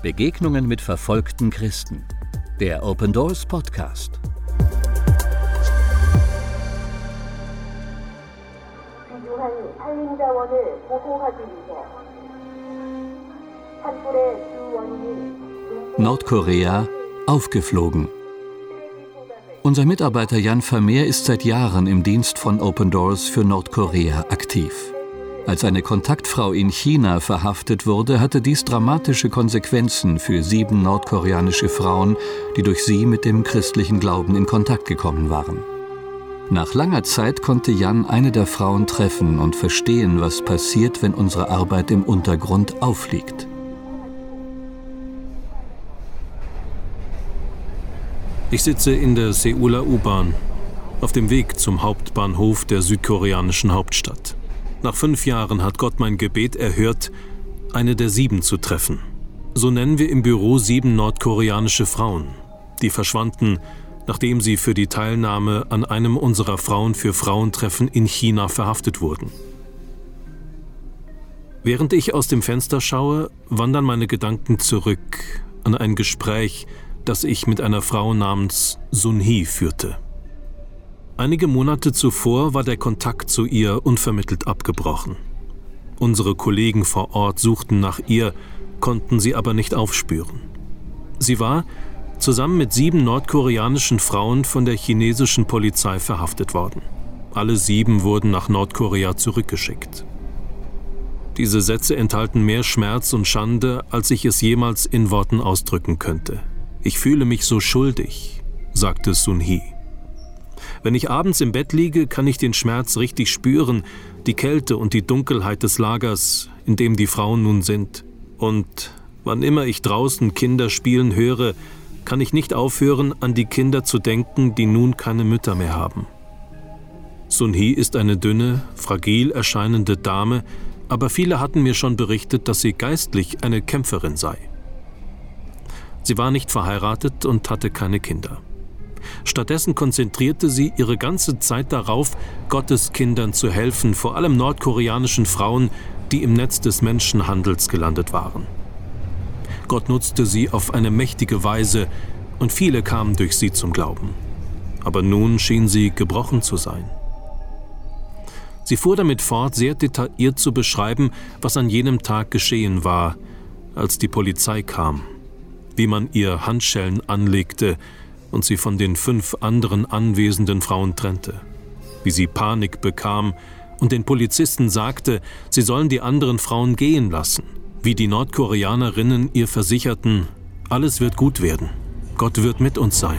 Begegnungen mit verfolgten Christen. Der Open Doors Podcast. Nordkorea aufgeflogen. Unser Mitarbeiter Jan Vermeer ist seit Jahren im Dienst von Open Doors für Nordkorea aktiv. Als eine Kontaktfrau in China verhaftet wurde, hatte dies dramatische Konsequenzen für 7 nordkoreanische Frauen, die durch sie mit dem christlichen Glauben in Kontakt gekommen waren. Nach langer Zeit konnte Jan eine der Frauen treffen und verstehen, was passiert, wenn unsere Arbeit im Untergrund aufliegt. Ich sitze in der Seouler U-Bahn, auf dem Weg zum Hauptbahnhof der südkoreanischen Hauptstadt. Nach 5 Jahren hat Gott mein Gebet erhört, eine der 7 zu treffen. So nennen wir im Büro 7 nordkoreanische Frauen, die verschwanden, nachdem sie für die Teilnahme an einem unserer Frauen für Frauentreffen in China verhaftet wurden. Während ich aus dem Fenster schaue, wandern meine Gedanken zurück an ein Gespräch, das ich mit einer Frau namens Sun-hee führte. Einige Monate zuvor war der Kontakt zu ihr unvermittelt abgebrochen. Unsere Kollegen vor Ort suchten nach ihr, konnten sie aber nicht aufspüren. Sie war zusammen mit 7 nordkoreanischen Frauen von der chinesischen Polizei verhaftet worden. Alle 7 wurden nach Nordkorea zurückgeschickt. Diese Sätze enthalten mehr Schmerz und Schande, als ich es jemals in Worten ausdrücken könnte. Ich fühle mich so schuldig, sagte Sun-hee. Wenn ich abends im Bett liege, kann ich den Schmerz richtig spüren, die Kälte und die Dunkelheit des Lagers, in dem die Frauen nun sind. Und wann immer ich draußen Kinder spielen höre, kann ich nicht aufhören, an die Kinder zu denken, die nun keine Mütter mehr haben. Sun-hee ist eine dünne, fragil erscheinende Dame, aber viele hatten mir schon berichtet, dass sie geistlich eine Kämpferin sei. Sie war nicht verheiratet und hatte keine Kinder. Stattdessen konzentrierte sie ihre ganze Zeit darauf, Gottes Kindern zu helfen, vor allem nordkoreanischen Frauen, die im Netz des Menschenhandels gelandet waren. Gott nutzte sie auf eine mächtige Weise und viele kamen durch sie zum Glauben. Aber nun schien sie gebrochen zu sein. Sie fuhr damit fort, sehr detailliert zu beschreiben, was an jenem Tag geschehen war, als die Polizei kam, wie man ihr Handschellen anlegte und sie von den 5 anderen anwesenden Frauen trennte, wie sie Panik bekam und den Polizisten sagte, sie sollen die anderen Frauen gehen lassen, wie die Nordkoreanerinnen ihr versicherten, alles wird gut werden, Gott wird mit uns sein.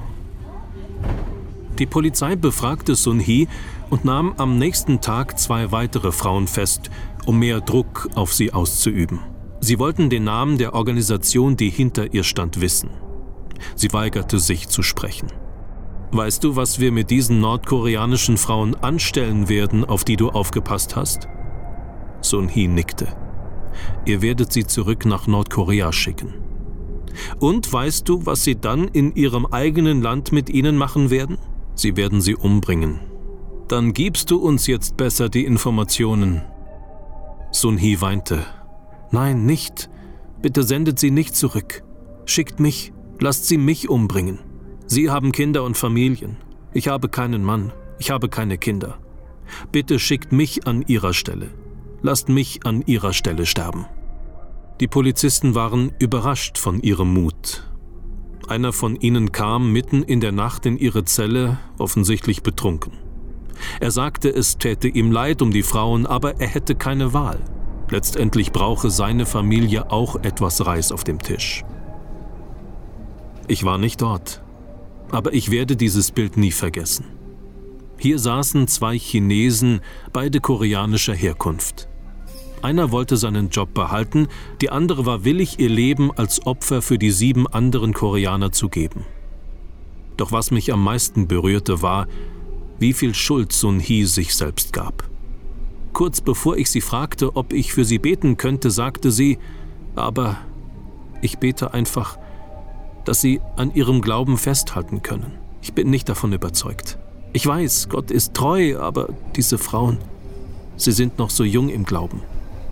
Die Polizei befragte Sun-hee und nahm am nächsten Tag 2 weitere Frauen fest, um mehr Druck auf sie auszuüben. Sie wollten den Namen der Organisation, die hinter ihr stand, wissen. Sie weigerte sich zu sprechen. Weißt du, was wir mit diesen nordkoreanischen Frauen anstellen werden, auf die du aufgepasst hast? Sun-hee nickte. Ihr werdet sie zurück nach Nordkorea schicken. Und weißt du, was sie dann in ihrem eigenen Land mit ihnen machen werden? Sie werden sie umbringen. Dann gibst du uns jetzt besser die Informationen. Sun-hee weinte. Nein, nicht. Bitte sendet sie nicht zurück. Schickt mich. Lasst sie mich umbringen. Sie haben Kinder und Familien. Ich habe keinen Mann. Ich habe keine Kinder. Bitte schickt mich an ihrer Stelle. Lasst mich an ihrer Stelle sterben. Die Polizisten waren überrascht von ihrem Mut. Einer von ihnen kam mitten in der Nacht in ihre Zelle, offensichtlich betrunken. Er sagte, es täte ihm leid um die Frauen, aber er hätte keine Wahl. Letztendlich brauche seine Familie auch etwas Reis auf dem Tisch. Ich war nicht dort, aber ich werde dieses Bild nie vergessen. Hier saßen 2 Chinesen, beide koreanischer Herkunft. Einer wollte seinen Job behalten, die andere war willig, ihr Leben als Opfer für die 7 anderen Koreaner zu geben. Doch was mich am meisten berührte, war, wie viel Schuld Sun-hee sich selbst gab. Kurz bevor ich sie fragte, ob ich für sie beten könnte, sagte sie, aber ich bete einfach, dass sie an ihrem Glauben festhalten können. Ich bin nicht davon überzeugt. Ich weiß, Gott ist treu, aber diese Frauen, sie sind noch so jung im Glauben.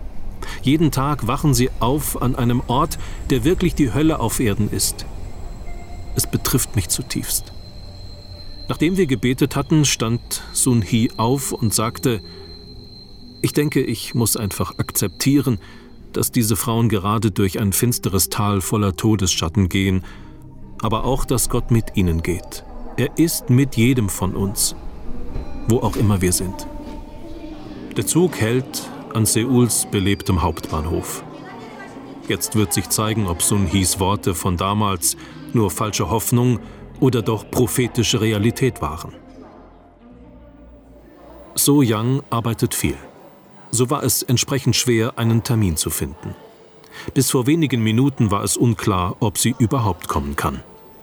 Jeden Tag wachen sie auf an einem Ort, der wirklich die Hölle auf Erden ist. Es betrifft mich zutiefst. Nachdem wir gebetet hatten, stand Sun Hee auf und sagte: Ich denke, ich muss einfach akzeptieren, dass diese Frauen gerade durch ein finsteres Tal voller Todesschatten gehen, aber auch, dass Gott mit ihnen geht. Er ist mit jedem von uns, wo auch immer wir sind. Der Zug hält an Seuls belebtem Hauptbahnhof. Jetzt wird sich zeigen, ob Sun Hees Worte von damals nur falsche Hoffnung oder doch prophetische Realität waren. So Young arbeitet viel. So war es entsprechend schwer, einen Termin zu finden. Bis vor wenigen Minuten war es unklar, ob sie überhaupt kommen kann.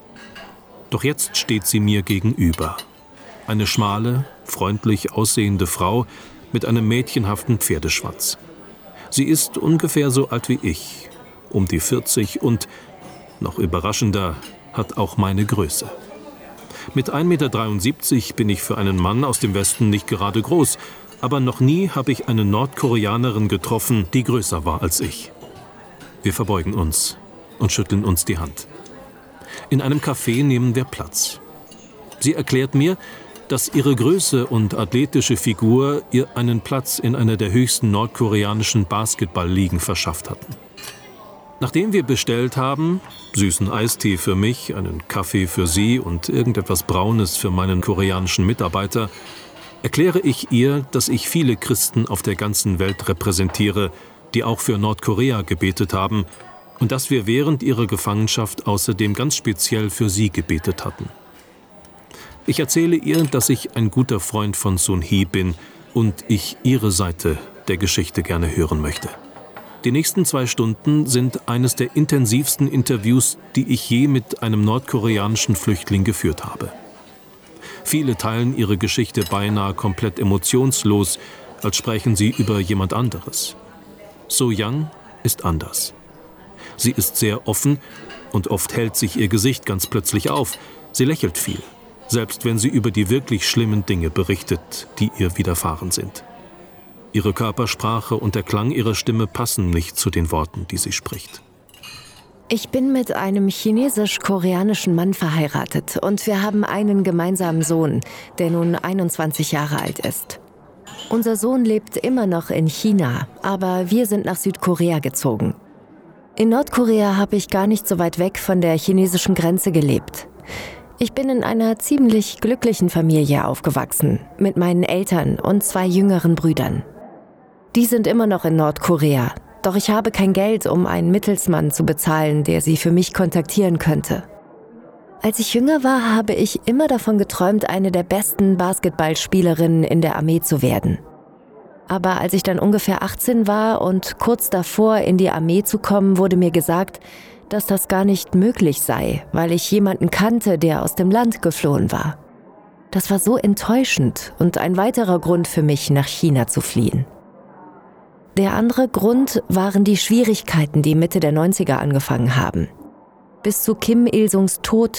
Doch jetzt steht sie mir gegenüber. Eine schmale, freundlich aussehende Frau mit einem mädchenhaften Pferdeschwanz. Sie ist ungefähr so alt wie ich, um die 40 und, noch überraschender, hat auch meine Größe. Mit 1,73 Meter bin ich für einen Mann aus dem Westen nicht gerade groß, aber noch nie habe ich eine Nordkoreanerin getroffen, die größer war als ich. Wir verbeugen uns und schütteln uns die Hand. In einem Café nehmen wir Platz. Sie erklärt mir, dass ihre Größe und athletische Figur ihr einen Platz in einer der höchsten nordkoreanischen Basketballligen verschafft hatten. Nachdem wir bestellt haben, süßen Eistee für mich, einen Kaffee für sie und irgendetwas Braunes für meinen koreanischen Mitarbeiter, erkläre ich ihr, dass ich viele Christen auf der ganzen Welt repräsentiere, die auch für Nordkorea gebetet haben und dass wir während ihrer Gefangenschaft außerdem ganz speziell für sie gebetet hatten. Ich erzähle ihr, dass ich ein guter Freund von Sun Hee bin und ich ihre Seite der Geschichte gerne hören möchte. Die nächsten 2 Stunden sind eines der intensivsten Interviews, die ich je mit einem nordkoreanischen Flüchtling geführt habe. Viele teilen ihre Geschichte beinahe komplett emotionslos, als sprechen sie über jemand anderes. So Young ist anders. Sie ist sehr offen und oft hält sich ihr Gesicht ganz plötzlich auf. Sie lächelt viel, selbst wenn sie über die wirklich schlimmen Dinge berichtet, die ihr widerfahren sind. Ihre Körpersprache und der Klang ihrer Stimme passen nicht zu den Worten, die sie spricht. Ich bin mit einem chinesisch-koreanischen Mann verheiratet und wir haben einen gemeinsamen Sohn, der nun 21 Jahre alt ist. Unser Sohn lebt immer noch in China, aber wir sind nach Südkorea gezogen. In Nordkorea habe ich gar nicht so weit weg von der chinesischen Grenze gelebt. Ich bin in einer ziemlich glücklichen Familie aufgewachsen, mit meinen Eltern und 2 jüngeren Brüdern. Die sind immer noch in Nordkorea, doch ich habe kein Geld, um einen Mittelsmann zu bezahlen, der sie für mich kontaktieren könnte. Als ich jünger war, habe ich immer davon geträumt, eine der besten Basketballspielerinnen in der Armee zu werden. Aber als ich dann ungefähr 18 war und kurz davor in die Armee zu kommen, wurde mir gesagt, dass das gar nicht möglich sei, weil ich jemanden kannte, der aus dem Land geflohen war. Das war so enttäuschend und ein weiterer Grund für mich, nach China zu fliehen. Der andere Grund waren die Schwierigkeiten, die Mitte der 90er angefangen haben. Bis zu Kim Il-sungs Tod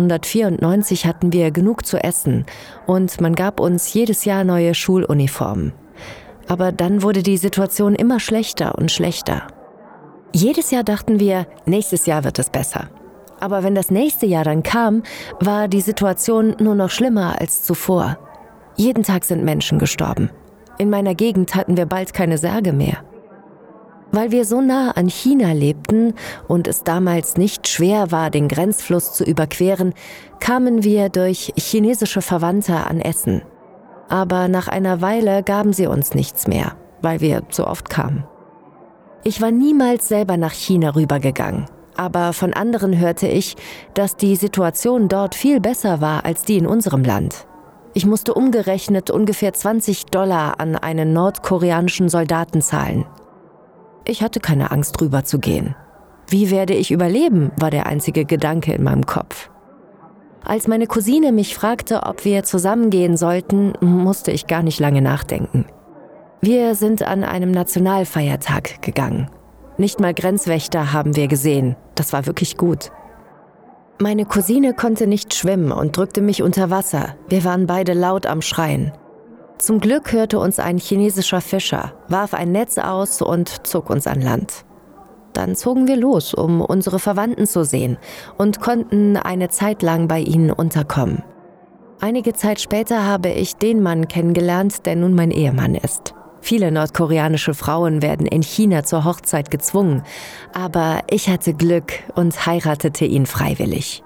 1994 hatten wir genug zu essen und man gab uns jedes Jahr neue Schuluniformen. Aber dann wurde die Situation immer schlechter und schlechter. Jedes Jahr dachten wir, nächstes Jahr wird es besser. Aber wenn das nächste Jahr dann kam, war die Situation nur noch schlimmer als zuvor. Jeden Tag sind Menschen gestorben. In meiner Gegend hatten wir bald keine Särge mehr. Weil wir so nah an China lebten und es damals nicht schwer war, den Grenzfluss zu überqueren, kamen wir durch chinesische Verwandte an Essen. Aber nach einer Weile gaben sie uns nichts mehr, weil wir so oft kamen. Ich war niemals selber nach China rübergegangen, aber von anderen hörte ich, dass die Situation dort viel besser war als die in unserem Land. Ich musste umgerechnet ungefähr $20 an einen nordkoreanischen Soldaten zahlen. Ich hatte keine Angst, rüber zu gehen. Wie werde ich überleben, war der einzige Gedanke in meinem Kopf. Als meine Cousine mich fragte, ob wir zusammengehen sollten, musste ich gar nicht lange nachdenken. Wir sind an einem Nationalfeiertag gegangen. Nicht mal Grenzwächter haben wir gesehen. Das war wirklich gut. Meine Cousine konnte nicht schwimmen und drückte mich unter Wasser. Wir waren beide laut am Schreien. Zum Glück hörte uns ein chinesischer Fischer, warf ein Netz aus und zog uns an Land. Dann zogen wir los, um unsere Verwandten zu sehen und konnten eine Zeit lang bei ihnen unterkommen. Einige Zeit später habe ich den Mann kennengelernt, der nun mein Ehemann ist. Viele nordkoreanische Frauen werden in China zur Hochzeit gezwungen, aber ich hatte Glück und heiratete ihn freiwillig.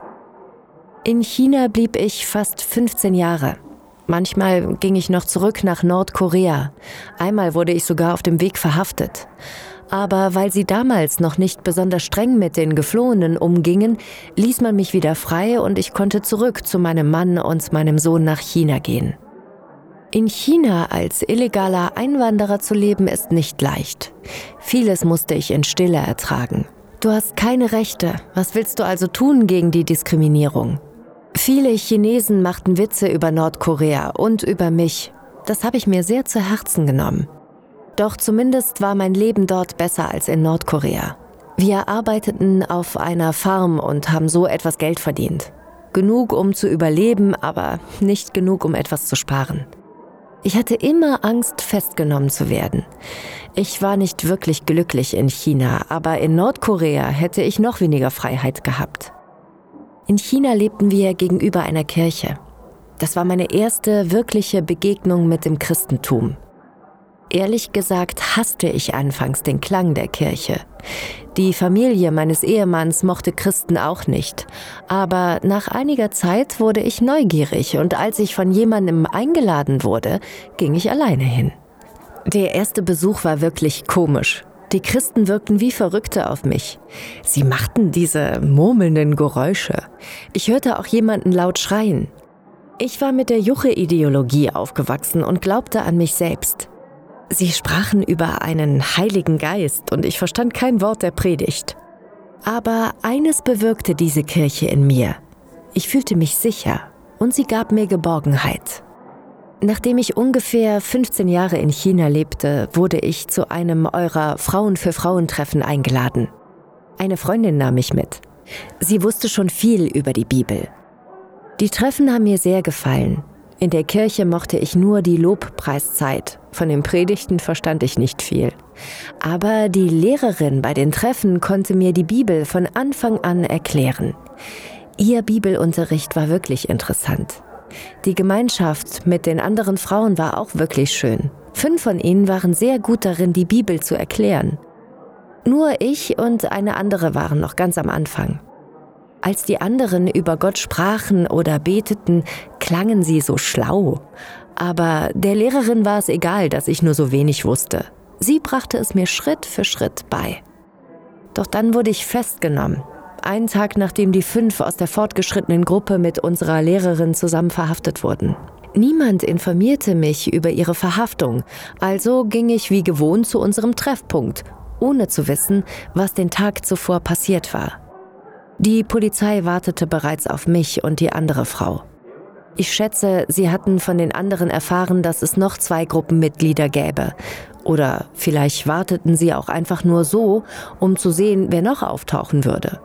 In China blieb ich fast 15 Jahre. Manchmal ging ich noch zurück nach Nordkorea. Einmal wurde ich sogar auf dem Weg verhaftet. Aber weil sie damals noch nicht besonders streng mit den Geflohenen umgingen, ließ man mich wieder frei und ich konnte zurück zu meinem Mann und meinem Sohn nach China gehen. In China als illegaler Einwanderer zu leben, ist nicht leicht. Vieles musste ich in Stille ertragen. Du hast keine Rechte. Was willst du also tun gegen die Diskriminierung? Viele Chinesen machten Witze über Nordkorea und über mich. Das habe ich mir sehr zu Herzen genommen. Doch zumindest war mein Leben dort besser als in Nordkorea. Wir arbeiteten auf einer Farm und haben so etwas Geld verdient. Genug, um zu überleben, aber nicht genug, um etwas zu sparen. Ich hatte immer Angst, festgenommen zu werden. Ich war nicht wirklich glücklich in China, aber in Nordkorea hätte ich noch weniger Freiheit gehabt. In China lebten wir gegenüber einer Kirche. Das war meine erste wirkliche Begegnung mit dem Christentum. Ehrlich gesagt hasste ich anfangs den Klang der Kirche. Die Familie meines Ehemanns mochte Christen auch nicht. Aber nach einiger Zeit wurde ich neugierig und als ich von jemandem eingeladen wurde, ging ich alleine hin. Der erste Besuch war wirklich komisch. Die Christen wirkten wie Verrückte auf mich. Sie machten diese murmelnden Geräusche. Ich hörte auch jemanden laut schreien. Ich war mit der Juche-Ideologie aufgewachsen und glaubte an mich selbst. Sie sprachen über einen Heiligen Geist und ich verstand kein Wort der Predigt. Aber eines bewirkte diese Kirche in mir. Ich fühlte mich sicher und sie gab mir Geborgenheit. Nachdem ich ungefähr 15 Jahre in China lebte, wurde ich zu einem eurer Frauen-für-Frauen-Treffen eingeladen. Eine Freundin nahm mich mit. Sie wusste schon viel über die Bibel. Die Treffen haben mir sehr gefallen. In der Kirche mochte ich nur die Lobpreiszeit. Von den Predigten verstand ich nicht viel. Aber die Lehrerin bei den Treffen konnte mir die Bibel von Anfang an erklären. Ihr Bibelunterricht war wirklich interessant. Die Gemeinschaft mit den anderen Frauen war auch wirklich schön. 5 von ihnen waren sehr gut darin, die Bibel zu erklären. Nur ich und eine andere waren noch ganz am Anfang. Als die anderen über Gott sprachen oder beteten, klangen sie so schlau. Aber der Lehrerin war es egal, dass ich nur so wenig wusste. Sie brachte es mir Schritt für Schritt bei. Doch dann wurde ich festgenommen. Einen Tag nachdem die 5 aus der fortgeschrittenen Gruppe mit unserer Lehrerin zusammen verhaftet wurden. Niemand informierte mich über ihre Verhaftung, also ging ich wie gewohnt zu unserem Treffpunkt, ohne zu wissen, was den Tag zuvor passiert war. Die Polizei wartete bereits auf mich und die andere Frau. Ich schätze, sie hatten von den anderen erfahren, dass es noch 2 Gruppenmitglieder gäbe. Oder vielleicht warteten sie auch einfach nur so, um zu sehen, wer noch auftauchen würde.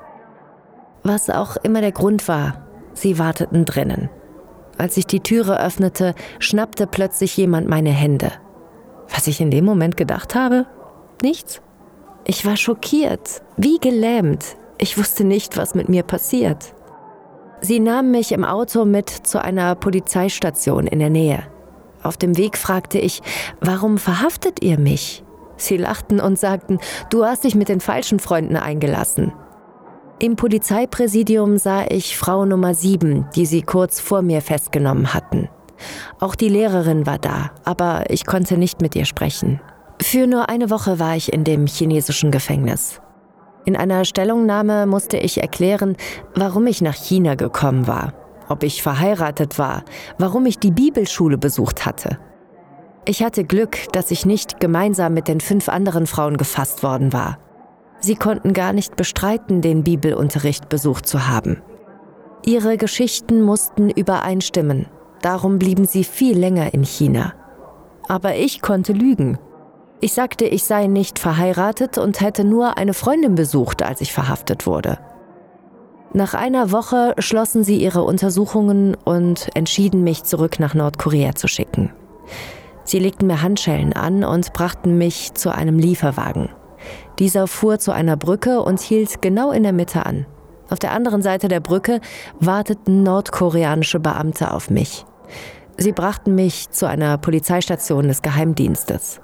Was auch immer der Grund war, sie warteten drinnen. Als ich die Türe öffnete, schnappte plötzlich jemand meine Hände. Was ich in dem Moment gedacht habe? Nichts. Ich war schockiert, wie gelähmt. Ich wusste nicht, was mit mir passiert. Sie nahmen mich im Auto mit zu einer Polizeistation in der Nähe. Auf dem Weg fragte ich, warum verhaftet ihr mich? Sie lachten und sagten, du hast dich mit den falschen Freunden eingelassen. Im Polizeipräsidium sah ich Frau Nummer 7, die sie kurz vor mir festgenommen hatten. Auch die Lehrerin war da, aber ich konnte nicht mit ihr sprechen. Für nur eine Woche war ich in dem chinesischen Gefängnis. In einer Stellungnahme musste ich erklären, warum ich nach China gekommen war, ob ich verheiratet war, warum ich die Bibelschule besucht hatte. Ich hatte Glück, dass ich nicht gemeinsam mit den 5 anderen Frauen gefasst worden war. Sie konnten gar nicht bestreiten, den Bibelunterricht besucht zu haben. Ihre Geschichten mussten übereinstimmen, darum blieben sie viel länger in China. Aber ich konnte lügen. Ich sagte, ich sei nicht verheiratet und hätte nur eine Freundin besucht, als ich verhaftet wurde. Nach einer Woche schlossen sie ihre Untersuchungen und entschieden, mich zurück nach Nordkorea zu schicken. Sie legten mir Handschellen an und brachten mich zu einem Lieferwagen. Dieser fuhr zu einer Brücke und hielt genau in der Mitte an. Auf der anderen Seite der Brücke warteten nordkoreanische Beamte auf mich. Sie brachten mich zu einer Polizeistation des Geheimdienstes.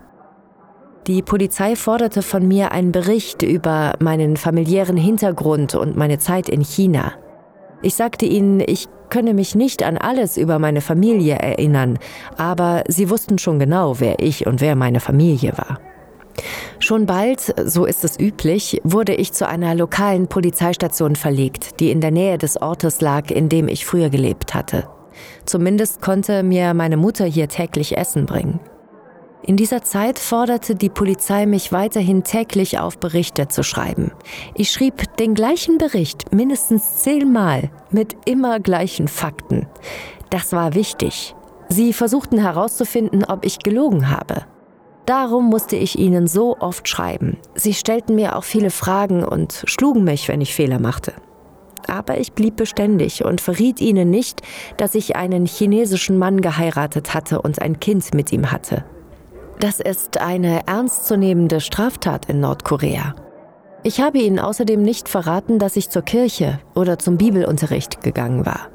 Die Polizei forderte von mir einen Bericht über meinen familiären Hintergrund und meine Zeit in China. Ich sagte ihnen, ich könne mich nicht an alles über meine Familie erinnern, aber sie wussten schon genau, wer ich und wer meine Familie war. Schon bald, so ist es üblich, wurde ich zu einer lokalen Polizeistation verlegt, die in der Nähe des Ortes lag, in dem ich früher gelebt hatte. Zumindest konnte mir meine Mutter hier täglich Essen bringen. In dieser Zeit forderte die Polizei mich weiterhin täglich auf, Berichte zu schreiben. Ich schrieb den gleichen Bericht mindestens 10 Mal mit immer gleichen Fakten. Das war wichtig. Sie versuchten herauszufinden, ob ich gelogen habe. Darum musste ich ihnen so oft schreiben. Sie stellten mir auch viele Fragen und schlugen mich, wenn ich Fehler machte. Aber ich blieb beständig und verriet ihnen nicht, dass ich einen chinesischen Mann geheiratet hatte und ein Kind mit ihm hatte. Das ist eine ernstzunehmende Straftat in Nordkorea. Ich habe ihnen außerdem nicht verraten, dass ich zur Kirche oder zum Bibelunterricht gegangen war.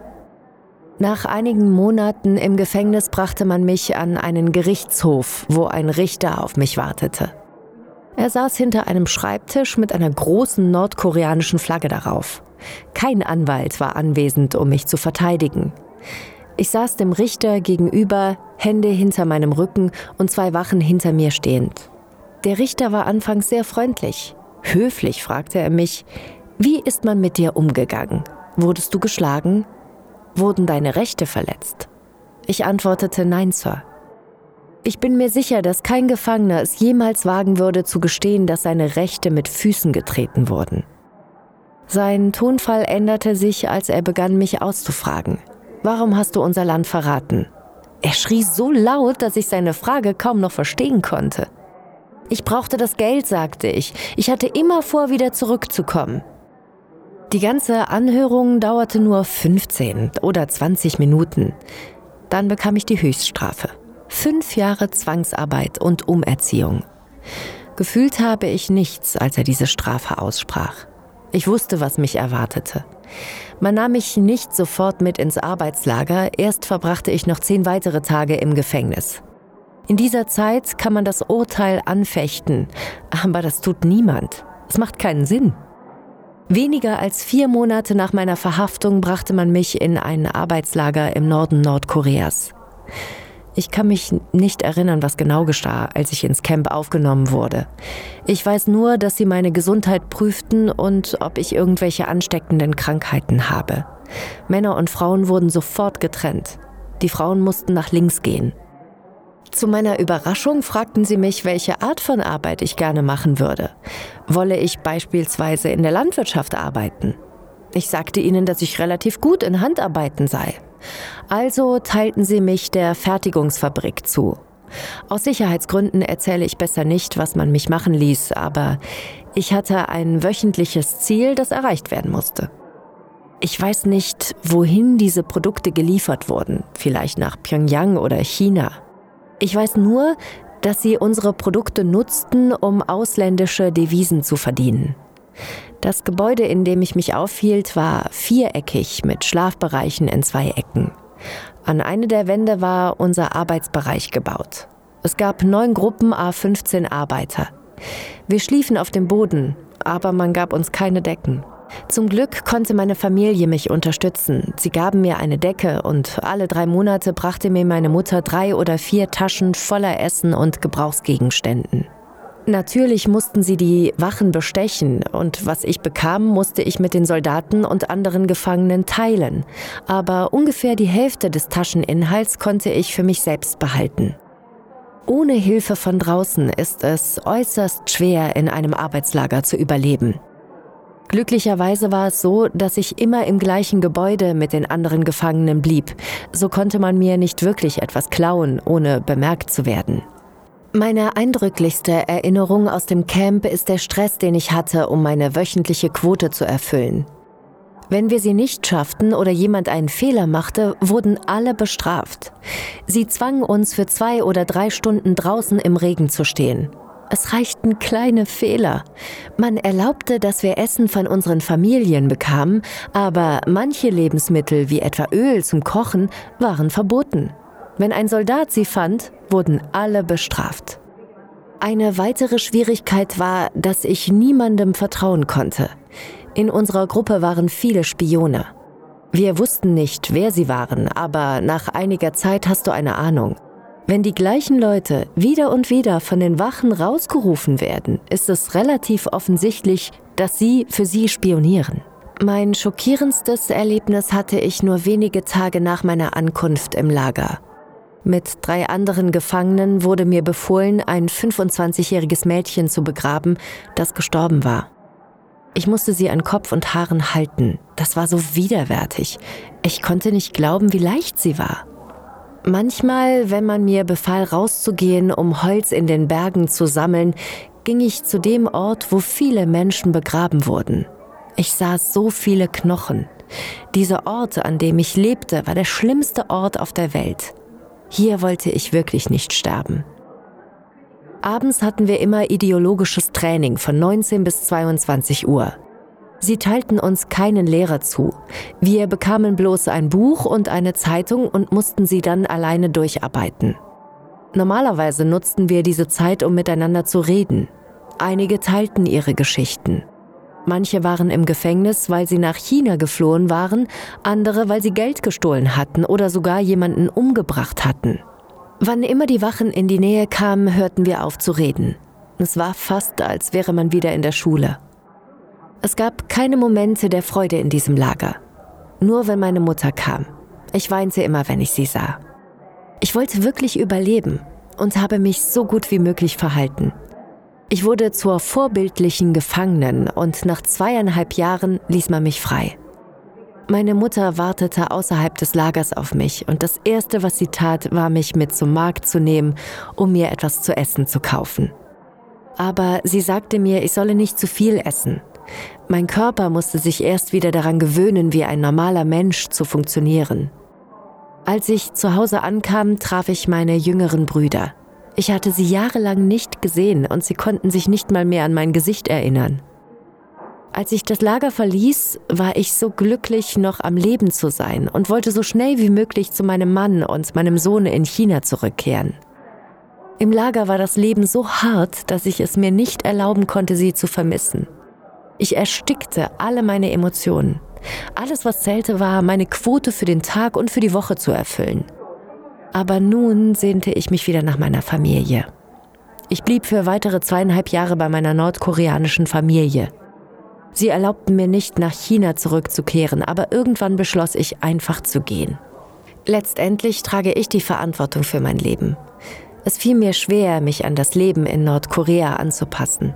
Nach einigen Monaten im Gefängnis brachte man mich an einen Gerichtshof, wo ein Richter auf mich wartete. Er saß hinter einem Schreibtisch mit einer großen nordkoreanischen Flagge darauf. Kein Anwalt war anwesend, um mich zu verteidigen. Ich saß dem Richter gegenüber, Hände hinter meinem Rücken und 2 Wachen hinter mir stehend. Der Richter war anfangs sehr freundlich. Höflich fragte er mich, wie ist man mit dir umgegangen? Wurdest du geschlagen? Wurden deine Rechte verletzt? Ich antwortete, nein, Sir. Ich bin mir sicher, dass kein Gefangener es jemals wagen würde, zu gestehen, dass seine Rechte mit Füßen getreten wurden. Sein Tonfall änderte sich, als er begann, mich auszufragen. Warum hast du unser Land verraten? Er schrie so laut, dass ich seine Frage kaum noch verstehen konnte. Ich brauchte das Geld, sagte ich. Ich hatte immer vor, wieder zurückzukommen. Die ganze Anhörung dauerte nur 15 oder 20 Minuten. Dann bekam ich die Höchststrafe. 5 Jahre Zwangsarbeit und Umerziehung. Gefühlt habe ich nichts, als er diese Strafe aussprach. Ich wusste, was mich erwartete. Man nahm mich nicht sofort mit ins Arbeitslager, erst verbrachte ich noch 10 weitere Tage im Gefängnis. In dieser Zeit kann man das Urteil anfechten, aber das tut niemand. Es macht keinen Sinn. Weniger als 4 Monate nach meiner Verhaftung brachte man mich in ein Arbeitslager im Norden Nordkoreas. Ich kann mich nicht erinnern, was genau geschah, als ich ins Camp aufgenommen wurde. Ich weiß nur, dass sie meine Gesundheit prüften und ob ich irgendwelche ansteckenden Krankheiten habe. Männer und Frauen wurden sofort getrennt. Die Frauen mussten nach links gehen. Zu meiner Überraschung fragten sie mich, welche Art von Arbeit ich gerne machen würde. Wolle ich beispielsweise in der Landwirtschaft arbeiten? Ich sagte ihnen, dass ich relativ gut in Handarbeiten sei. Also teilten sie mich der Fertigungsfabrik zu. Aus Sicherheitsgründen erzähle ich besser nicht, was man mich machen ließ, aber ich hatte ein wöchentliches Ziel, das erreicht werden musste. Ich weiß nicht, wohin diese Produkte geliefert wurden, vielleicht nach Pyongyang oder China. Ich weiß nur, dass sie unsere Produkte nutzten, um ausländische Devisen zu verdienen. Das Gebäude, in dem ich mich aufhielt, war viereckig mit Schlafbereichen in 2 Ecken. An eine der Wände war unser Arbeitsbereich gebaut. Es gab 9 Gruppen à 15 Arbeiter. Wir schliefen auf dem Boden, aber man gab uns keine Decken. Zum Glück konnte meine Familie mich unterstützen. Sie gaben mir eine Decke und alle 3 Monate brachte mir meine Mutter 3 oder 4 Taschen voller Essen und Gebrauchsgegenständen. Natürlich mussten sie die Wachen bestechen und was ich bekam, musste ich mit den Soldaten und anderen Gefangenen teilen. Aber ungefähr die Hälfte des Tascheninhalts konnte ich für mich selbst behalten. Ohne Hilfe von draußen ist es äußerst schwer, in einem Arbeitslager zu überleben. Glücklicherweise war es so, dass ich immer im gleichen Gebäude mit den anderen Gefangenen blieb. So konnte man mir nicht wirklich etwas klauen, ohne bemerkt zu werden. Meine eindrücklichste Erinnerung aus dem Camp ist der Stress, den ich hatte, um meine wöchentliche Quote zu erfüllen. Wenn wir sie nicht schafften oder jemand einen Fehler machte, wurden alle bestraft. Sie zwangen uns für 2 oder 3 Stunden draußen im Regen zu stehen. Es reichten kleine Fehler. Man erlaubte, dass wir Essen von unseren Familien bekamen, aber manche Lebensmittel, wie etwa Öl zum Kochen, waren verboten. Wenn ein Soldat sie fand, wurden alle bestraft. Eine weitere Schwierigkeit war, dass ich niemandem vertrauen konnte. In unserer Gruppe waren viele Spione. Wir wussten nicht, wer sie waren, aber nach einiger Zeit hast du eine Ahnung. Wenn die gleichen Leute wieder und wieder von den Wachen rausgerufen werden, ist es relativ offensichtlich, dass sie für sie spionieren. Mein schockierendstes Erlebnis hatte ich nur wenige Tage nach meiner Ankunft im Lager. Mit 3 anderen Gefangenen wurde mir befohlen, ein 25-jähriges Mädchen zu begraben, das gestorben war. Ich musste sie an Kopf und Haaren halten. Das war so widerwärtig. Ich konnte nicht glauben, wie leicht sie war. Manchmal, wenn man mir befahl, rauszugehen, um Holz in den Bergen zu sammeln, ging ich zu dem Ort, wo viele Menschen begraben wurden. Ich sah so viele Knochen. Dieser Ort, an dem ich lebte, war der schlimmste Ort auf der Welt. Hier wollte ich wirklich nicht sterben. Abends hatten wir immer ideologisches Training von 19 bis 22 Uhr. Sie teilten uns keinen Lehrer zu. Wir bekamen bloß ein Buch und eine Zeitung und mussten sie dann alleine durcharbeiten. Normalerweise nutzten wir diese Zeit, um miteinander zu reden. Einige teilten ihre Geschichten. Manche waren im Gefängnis, weil sie nach China geflohen waren, andere, weil sie Geld gestohlen hatten oder sogar jemanden umgebracht hatten. Wann immer die Wachen in die Nähe kamen, hörten wir auf zu reden. Es war fast, als wäre man wieder in der Schule. Es gab keine Momente der Freude in diesem Lager. Nur wenn meine Mutter kam. Ich weinte immer, wenn ich sie sah. Ich wollte wirklich überleben und habe mich so gut wie möglich verhalten. Ich wurde zur vorbildlichen Gefangenen und nach 2,5 Jahren ließ man mich frei. Meine Mutter wartete außerhalb des Lagers auf mich und das Erste, was sie tat, war, mich mit zum Markt zu nehmen, um mir etwas zu essen zu kaufen. Aber sie sagte mir, ich solle nicht zu viel essen. Mein Körper musste sich erst wieder daran gewöhnen, wie ein normaler Mensch zu funktionieren. Als ich zu Hause ankam, traf ich meine jüngeren Brüder. Ich hatte sie jahrelang nicht gesehen und sie konnten sich nicht mal mehr an mein Gesicht erinnern. Als ich das Lager verließ, war ich so glücklich, noch am Leben zu sein und wollte so schnell wie möglich zu meinem Mann und meinem Sohn in China zurückkehren. Im Lager war das Leben so hart, dass ich es mir nicht erlauben konnte, sie zu vermissen. Ich erstickte alle meine Emotionen. Alles, was zählte, war, meine Quote für den Tag und für die Woche zu erfüllen. Aber nun sehnte ich mich wieder nach meiner Familie. Ich blieb für weitere 2,5 Jahre bei meiner nordkoreanischen Familie. Sie erlaubten mir nicht, nach China zurückzukehren, aber irgendwann beschloss ich, einfach zu gehen. Letztendlich trage ich die Verantwortung für mein Leben. Es fiel mir schwer, mich an das Leben in Nordkorea anzupassen.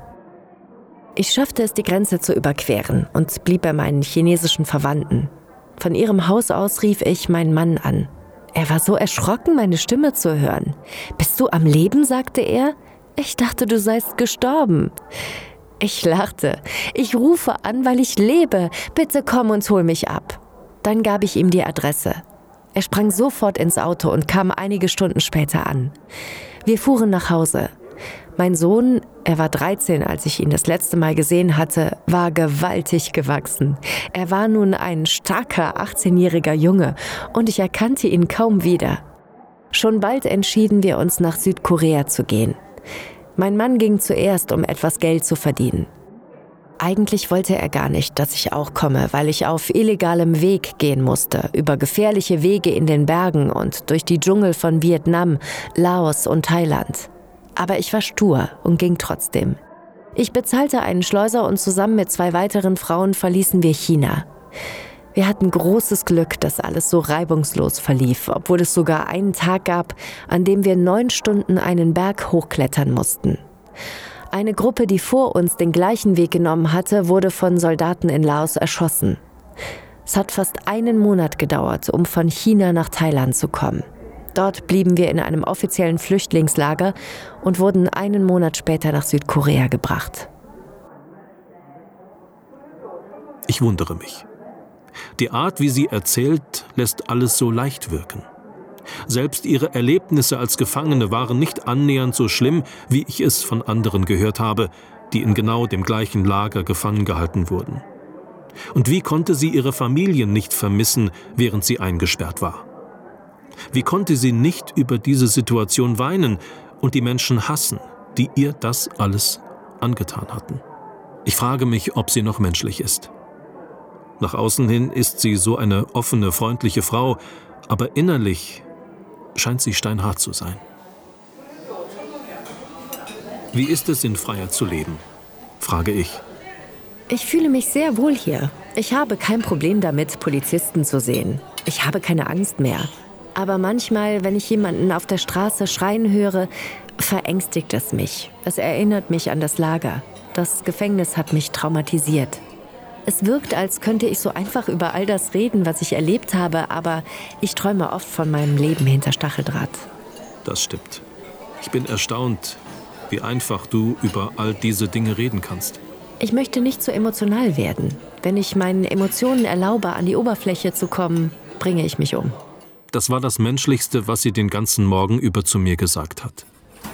Ich schaffte es, die Grenze zu überqueren und blieb bei meinen chinesischen Verwandten. Von ihrem Haus aus rief ich meinen Mann an. Er war so erschrocken, meine Stimme zu hören. »Bist du am Leben?« sagte er. »Ich dachte, du seist gestorben.« Ich lachte. »Ich rufe an, weil ich lebe. Bitte komm und hol mich ab.« Dann gab ich ihm die Adresse. Er sprang sofort ins Auto und kam einige Stunden später an. Wir fuhren nach Hause. Mein Sohn, er war 13, als ich ihn das letzte Mal gesehen hatte, war gewaltig gewachsen. Er war nun ein starker 18-jähriger Junge und ich erkannte ihn kaum wieder. Schon bald entschieden wir uns, nach Südkorea zu gehen. Mein Mann ging zuerst, um etwas Geld zu verdienen. Eigentlich wollte er gar nicht, dass ich auch komme, weil ich auf illegalem Weg gehen musste, über gefährliche Wege in den Bergen und durch die Dschungel von Vietnam, Laos und Thailand. Aber ich war stur und ging trotzdem. Ich bezahlte einen Schleuser und zusammen mit 2 weiteren Frauen verließen wir China. Wir hatten großes Glück, dass alles so reibungslos verlief, obwohl es sogar einen Tag gab, an dem wir 9 Stunden einen Berg hochklettern mussten. Eine Gruppe, die vor uns den gleichen Weg genommen hatte, wurde von Soldaten in Laos erschossen. Es hat fast 1 Monat gedauert, um von China nach Thailand zu kommen. Dort blieben wir in einem offiziellen Flüchtlingslager und wurden 1 Monat später nach Südkorea gebracht. Ich wundere mich. Die Art, wie sie erzählt, lässt alles so leicht wirken. Selbst ihre Erlebnisse als Gefangene waren nicht annähernd so schlimm, wie ich es von anderen gehört habe, die in genau dem gleichen Lager gefangen gehalten wurden. Und wie konnte sie ihre Familien nicht vermissen, während sie eingesperrt war? Wie konnte sie nicht über diese Situation weinen und die Menschen hassen, die ihr das alles angetan hatten? Ich frage mich, ob sie noch menschlich ist. Nach außen hin ist sie so eine offene, freundliche Frau, aber innerlich scheint sie steinhart zu sein. Wie ist es, in Freiheit zu leben? Frage ich. Ich fühle mich sehr wohl hier. Ich habe kein Problem damit, Polizisten zu sehen. Ich habe keine Angst mehr. Aber manchmal, wenn ich jemanden auf der Straße schreien höre, verängstigt es mich. Es erinnert mich an das Lager. Das Gefängnis hat mich traumatisiert. Es wirkt, als könnte ich so einfach über all das reden, was ich erlebt habe, aber ich träume oft von meinem Leben hinter Stacheldraht. Das stimmt. Ich bin erstaunt, wie einfach du über all diese Dinge reden kannst. Ich möchte nicht so emotional werden. Wenn ich meinen Emotionen erlaube, an die Oberfläche zu kommen, bringe ich mich um. Das war das Menschlichste, was sie den ganzen Morgen über zu mir gesagt hat.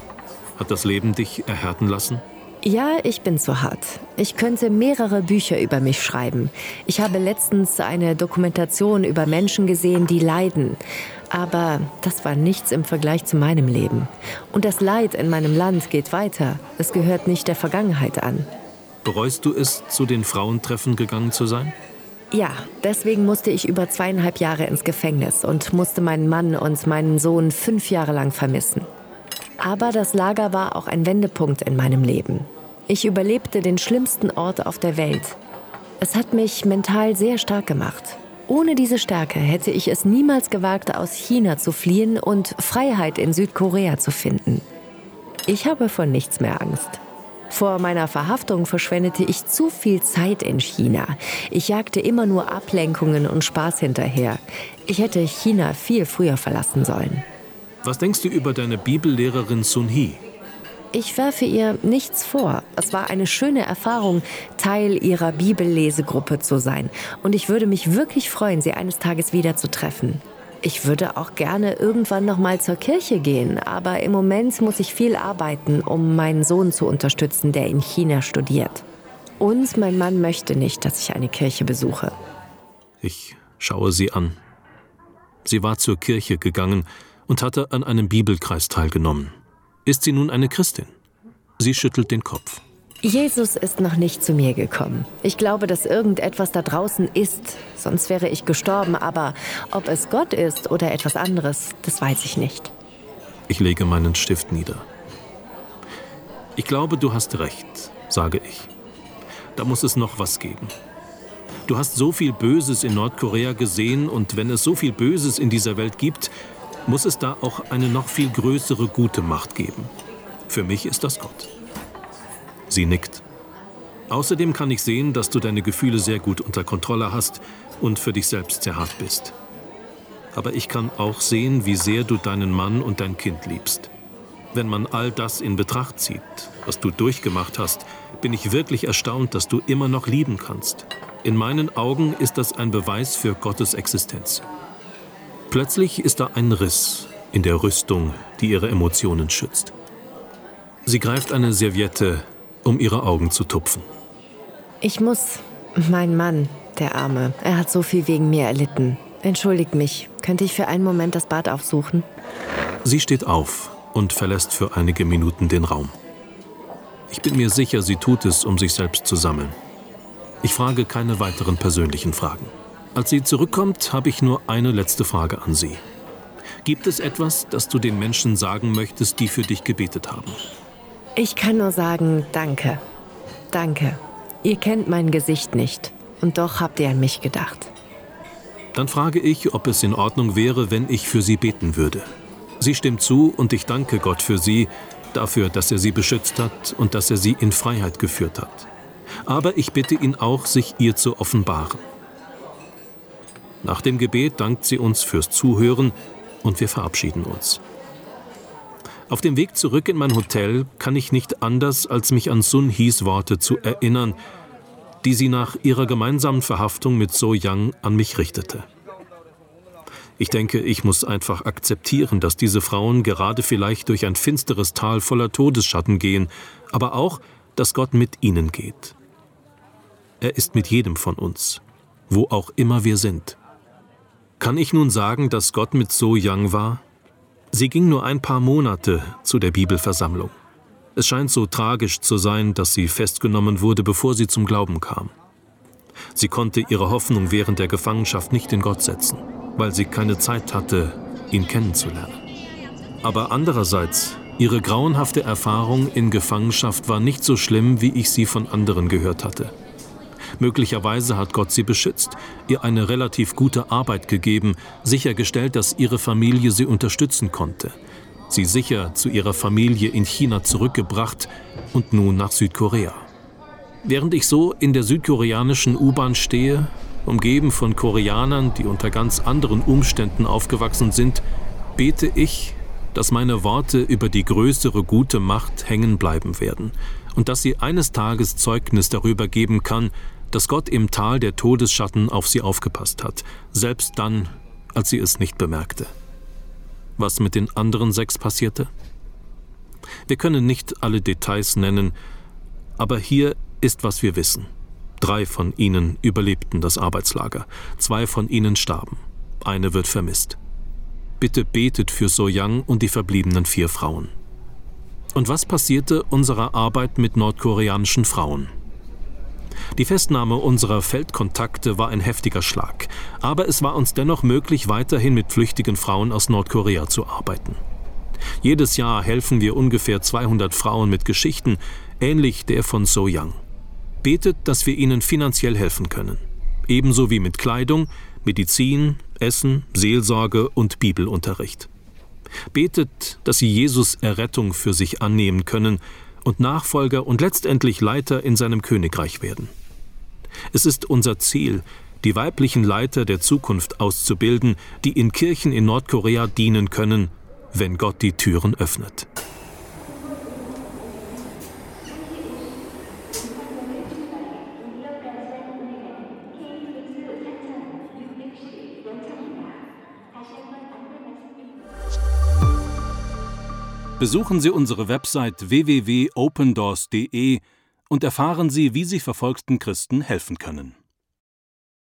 Hat das Leben dich erhärten lassen? Ja, ich bin zu hart. Ich könnte mehrere Bücher über mich schreiben. Ich habe letztens eine Dokumentation über Menschen gesehen, die leiden. Aber das war nichts im Vergleich zu meinem Leben. Und das Leid in meinem Land geht weiter. Es gehört nicht der Vergangenheit an. Bereust du es, zu den Frauentreffen gegangen zu sein? Ja, deswegen musste ich über 2,5 Jahre ins Gefängnis und musste meinen Mann und meinen Sohn 5 Jahre lang vermissen. Aber das Lager war auch ein Wendepunkt in meinem Leben. Ich überlebte den schlimmsten Ort auf der Welt. Es hat mich mental sehr stark gemacht. Ohne diese Stärke hätte ich es niemals gewagt, aus China zu fliehen und Freiheit in Südkorea zu finden. Ich habe vor nichts mehr Angst. Vor meiner Verhaftung verschwendete ich zu viel Zeit in China. Ich jagte immer nur Ablenkungen und Spaß hinterher. Ich hätte China viel früher verlassen sollen. Was denkst du über deine Bibellehrerin Sun Hee? Ich werfe ihr nichts vor. Es war eine schöne Erfahrung, Teil ihrer Bibellesegruppe zu sein. Und ich würde mich wirklich freuen, sie eines Tages wieder zu treffen. Ich würde auch gerne irgendwann noch mal zur Kirche gehen, aber im Moment muss ich viel arbeiten, um meinen Sohn zu unterstützen, der in China studiert. Und mein Mann möchte nicht, dass ich eine Kirche besuche. Ich schaue sie an. Sie war zur Kirche gegangen und hatte an einem Bibelkreis teilgenommen. Ist sie nun eine Christin? Sie schüttelt den Kopf. Jesus ist noch nicht zu mir gekommen. Ich glaube, dass irgendetwas da draußen ist, sonst wäre ich gestorben. Aber ob es Gott ist oder etwas anderes, das weiß ich nicht. Ich lege meinen Stift nieder. Ich glaube, du hast recht, sage ich. Da muss es noch was geben. Du hast so viel Böses in Nordkorea gesehen und wenn es so viel Böses in dieser Welt gibt, muss es da auch eine noch viel größere gute Macht geben. Für mich ist das Gott. Sie nickt. Außerdem kann ich sehen, dass du deine Gefühle sehr gut unter Kontrolle hast und für dich selbst sehr hart bist. Aber ich kann auch sehen, wie sehr du deinen Mann und dein Kind liebst. Wenn man all das in Betracht zieht, was du durchgemacht hast, bin ich wirklich erstaunt, dass du immer noch lieben kannst. In meinen Augen ist das ein Beweis für Gottes Existenz. Plötzlich ist da ein Riss in der Rüstung, die ihre Emotionen schützt. Sie greift eine Serviette, um ihre Augen zu tupfen. Ich muss. Mein Mann, der Arme, er hat so viel wegen mir erlitten. Entschuldigt mich, könnte ich für einen Moment das Bad aufsuchen? Sie steht auf und verlässt für einige Minuten den Raum. Ich bin mir sicher, sie tut es, um sich selbst zu sammeln. Ich frage keine weiteren persönlichen Fragen. Als sie zurückkommt, habe ich nur eine letzte Frage an sie. Gibt es etwas, das du den Menschen sagen möchtest, die für dich gebetet haben? Ich kann nur sagen, danke. Danke. Ihr kennt mein Gesicht nicht. Und doch habt ihr an mich gedacht. Dann frage ich, ob es in Ordnung wäre, wenn ich für sie beten würde. Sie stimmt zu und ich danke Gott für sie, dafür, dass er sie beschützt hat und dass er sie in Freiheit geführt hat. Aber ich bitte ihn auch, sich ihr zu offenbaren. Nach dem Gebet dankt sie uns fürs Zuhören und wir verabschieden uns. Auf dem Weg zurück in mein Hotel kann ich nicht anders, als mich an Sun Hees Worte zu erinnern. die sie nach ihrer gemeinsamen Verhaftung mit So Young an mich richtete. Ich denke, ich muss einfach akzeptieren, dass diese Frauen gerade vielleicht durch ein finsteres Tal voller Todesschatten gehen, aber auch, dass Gott mit ihnen geht. Er ist mit jedem von uns, wo auch immer wir sind. Kann ich nun sagen, dass Gott mit So Young war? Sie ging nur ein paar Monate zu der Bibelversammlung. Es scheint so tragisch zu sein, dass sie festgenommen wurde, bevor sie zum Glauben kam. Sie konnte ihre Hoffnung während der Gefangenschaft nicht in Gott setzen, weil sie keine Zeit hatte, ihn kennenzulernen. Aber andererseits, ihre grauenhafte Erfahrung in Gefangenschaft war nicht so schlimm, wie ich sie von anderen gehört hatte. Möglicherweise hat Gott sie beschützt, ihr eine relativ gute Arbeit gegeben, sichergestellt, dass ihre Familie sie unterstützen konnte, sie sicher zu ihrer Familie in China zurückgebracht und nun nach Südkorea. Während ich so in der südkoreanischen U-Bahn stehe, umgeben von Koreanern, die unter ganz anderen Umständen aufgewachsen sind, bete ich, dass meine Worte über die größere gute Macht hängen bleiben werden und dass sie eines Tages Zeugnis darüber geben kann, dass Gott im Tal der Todesschatten auf sie aufgepasst hat, selbst dann, als sie es nicht bemerkte. Was mit den anderen 6 passierte? Wir können nicht alle Details nennen, aber hier ist, was wir wissen. 3 von ihnen überlebten das Arbeitslager, 2 von ihnen starben, eine wird vermisst. Bitte betet für So Young und die verbliebenen 4 Frauen. Und was passierte unserer Arbeit mit nordkoreanischen Frauen? Die Festnahme unserer Feldkontakte war ein heftiger Schlag, aber es war uns dennoch möglich, weiterhin mit flüchtigen Frauen aus Nordkorea zu arbeiten. Jedes Jahr helfen wir ungefähr 200 Frauen mit Geschichten, ähnlich der von So Young. Betet, dass wir ihnen finanziell helfen können, ebenso wie mit Kleidung, Medizin, Essen, Seelsorge und Bibelunterricht. Betet, dass sie Jesus Errettung für sich annehmen können und Nachfolger und letztendlich Leiter in seinem Königreich werden. Es ist unser Ziel, die weiblichen Leiter der Zukunft auszubilden, die in Kirchen in Nordkorea dienen können, wenn Gott die Türen öffnet. Besuchen Sie unsere Website www.opendoors.de und erfahren Sie, wie Sie verfolgten Christen helfen können.